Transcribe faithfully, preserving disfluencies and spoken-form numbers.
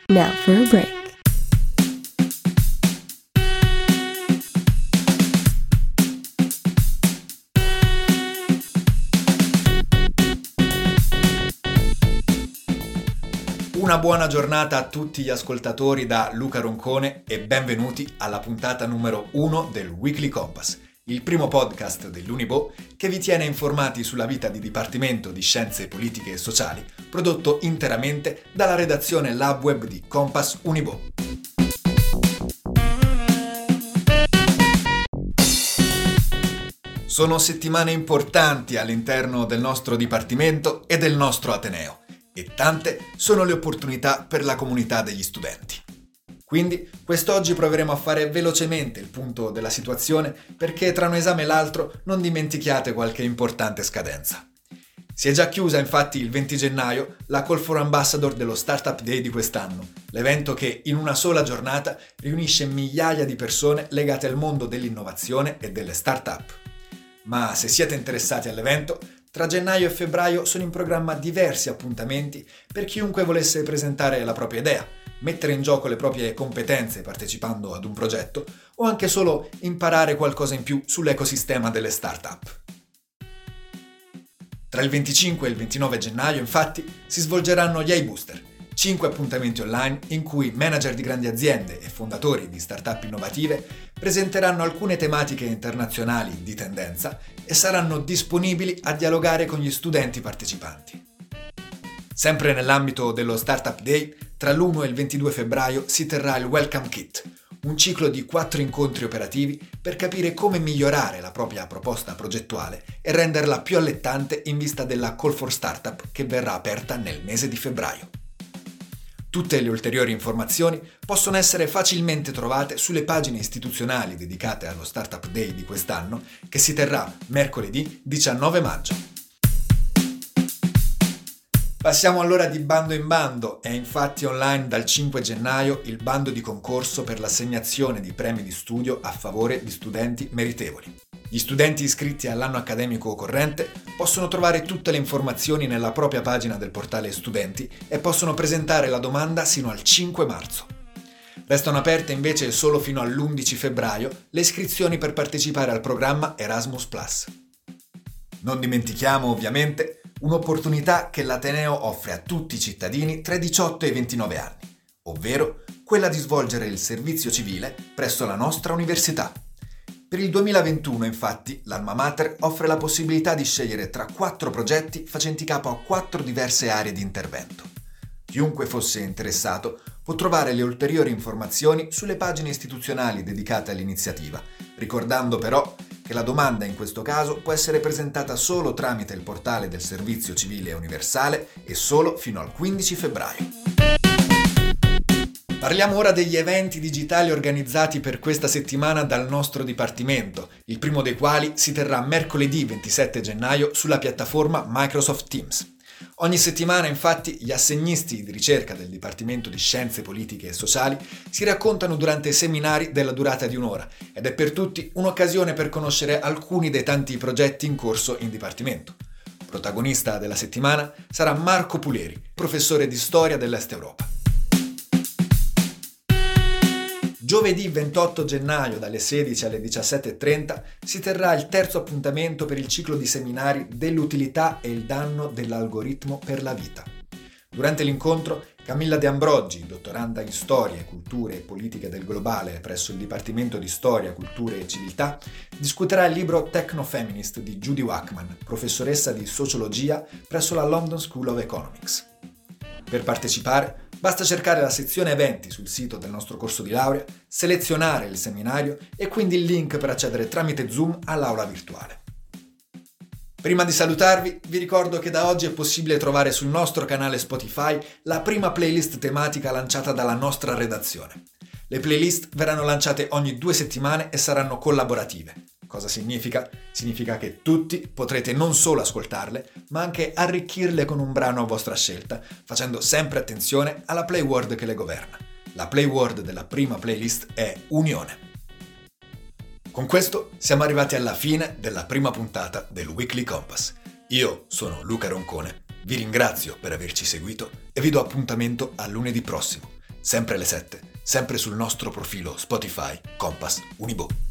Now for a break. Una buona giornata a tutti gli ascoltatori da Luca Roncone e benvenuti alla puntata numero uno del Weekly Compass, il primo podcast dell'Unibo che vi tiene informati sulla vita di Dipartimento di Scienze Politiche e Sociali, prodotto interamente dalla redazione Lab Web di Compass Unibo. Sono settimane importanti all'interno del nostro Dipartimento e del nostro Ateneo. E tante sono le opportunità per la comunità degli studenti. Quindi quest'oggi proveremo a fare velocemente il punto della situazione perché tra un esame e l'altro non dimentichiate qualche importante scadenza. Si è già chiusa infatti il venti gennaio la Call for Ambassador dello Startup Day di quest'anno, l'evento che in una sola giornata riunisce migliaia di persone legate al mondo dell'innovazione e delle startup. Ma se siete interessati all'evento, tra gennaio e febbraio sono in programma diversi appuntamenti per chiunque volesse presentare la propria idea, mettere in gioco le proprie competenze partecipando ad un progetto o anche solo imparare qualcosa in più sull'ecosistema delle start-up. Tra il venticinque e il ventinove gennaio, infatti, si svolgeranno gli iBooster, cinque appuntamenti online in cui manager di grandi aziende e fondatori di start-up innovative presenteranno alcune tematiche internazionali di tendenza e saranno disponibili a dialogare con gli studenti partecipanti. Sempre nell'ambito dello Startup Day, tra l'primo e il ventidue febbraio si terrà il Welcome Kit, un ciclo di quattro incontri operativi per capire come migliorare la propria proposta progettuale e renderla più allettante in vista della Call for Startup che verrà aperta nel mese di febbraio. Tutte le ulteriori informazioni possono essere facilmente trovate sulle pagine istituzionali dedicate allo Startup Day di quest'anno, che si terrà mercoledì diciannove maggio. Passiamo allora di bando in bando. È infatti online dal cinque gennaio il bando di concorso per l'assegnazione di premi di studio a favore di studenti meritevoli. Gli studenti iscritti all'anno accademico corrente possono trovare tutte le informazioni nella propria pagina del portale Studenti e possono presentare la domanda sino al cinque marzo. Restano aperte invece solo fino all'undici febbraio le iscrizioni per partecipare al programma Erasmus plus. Non dimentichiamo ovviamente un'opportunità che l'Ateneo offre a tutti i cittadini tra i diciotto e i ventinove anni, ovvero quella di svolgere il servizio civile presso la nostra università. Per il duemilaventuno, infatti, l'Alma Mater offre la possibilità di scegliere tra quattro progetti facenti capo a quattro diverse aree di intervento. Chiunque fosse interessato può trovare le ulteriori informazioni sulle pagine istituzionali dedicate all'iniziativa, ricordando però che la domanda in questo caso può essere presentata solo tramite il portale del Servizio Civile Universale e solo fino al quindici febbraio. Parliamo ora degli eventi digitali organizzati per questa settimana dal nostro Dipartimento, il primo dei quali si terrà mercoledì ventisette gennaio sulla piattaforma Microsoft Teams. Ogni settimana, infatti, gli assegnisti di ricerca del Dipartimento di Scienze Politiche e Sociali si raccontano durante seminari della durata di un'ora ed è per tutti un'occasione per conoscere alcuni dei tanti progetti in corso in Dipartimento. Protagonista della settimana sarà Marco Puleri, professore di Storia dell'Est Europa. Giovedì ventotto gennaio dalle sedici alle diciassette e trenta si terrà il terzo appuntamento per il ciclo di seminari dell'utilità e il danno dell'algoritmo per la vita. Durante l'incontro Camilla De Ambrogi, dottoranda in Storia, Culture e Politiche del Globale presso il Dipartimento di Storia, Culture e Civiltà, discuterà il libro Techno-Feminist di Judy Wachman, professoressa di Sociologia presso la London School of Economics. Per partecipare basta cercare la sezione eventi sul sito del nostro corso di laurea, selezionare il seminario e quindi il link per accedere tramite Zoom all'aula virtuale. Prima di salutarvi, vi ricordo che da oggi è possibile trovare sul nostro canale Spotify la prima playlist tematica lanciata dalla nostra redazione. Le playlist verranno lanciate ogni due settimane e saranno collaborative. Cosa significa? Significa che tutti potrete non solo ascoltarle, ma anche arricchirle con un brano a vostra scelta, facendo sempre attenzione alla playword che le governa. La playword della prima playlist è Unione. Con questo siamo arrivati alla fine della prima puntata del Weekly Compass. Io sono Luca Roncone, vi ringrazio per averci seguito e vi do appuntamento a lunedì prossimo, sempre alle sette, sempre sul nostro profilo Spotify Compass Unibo.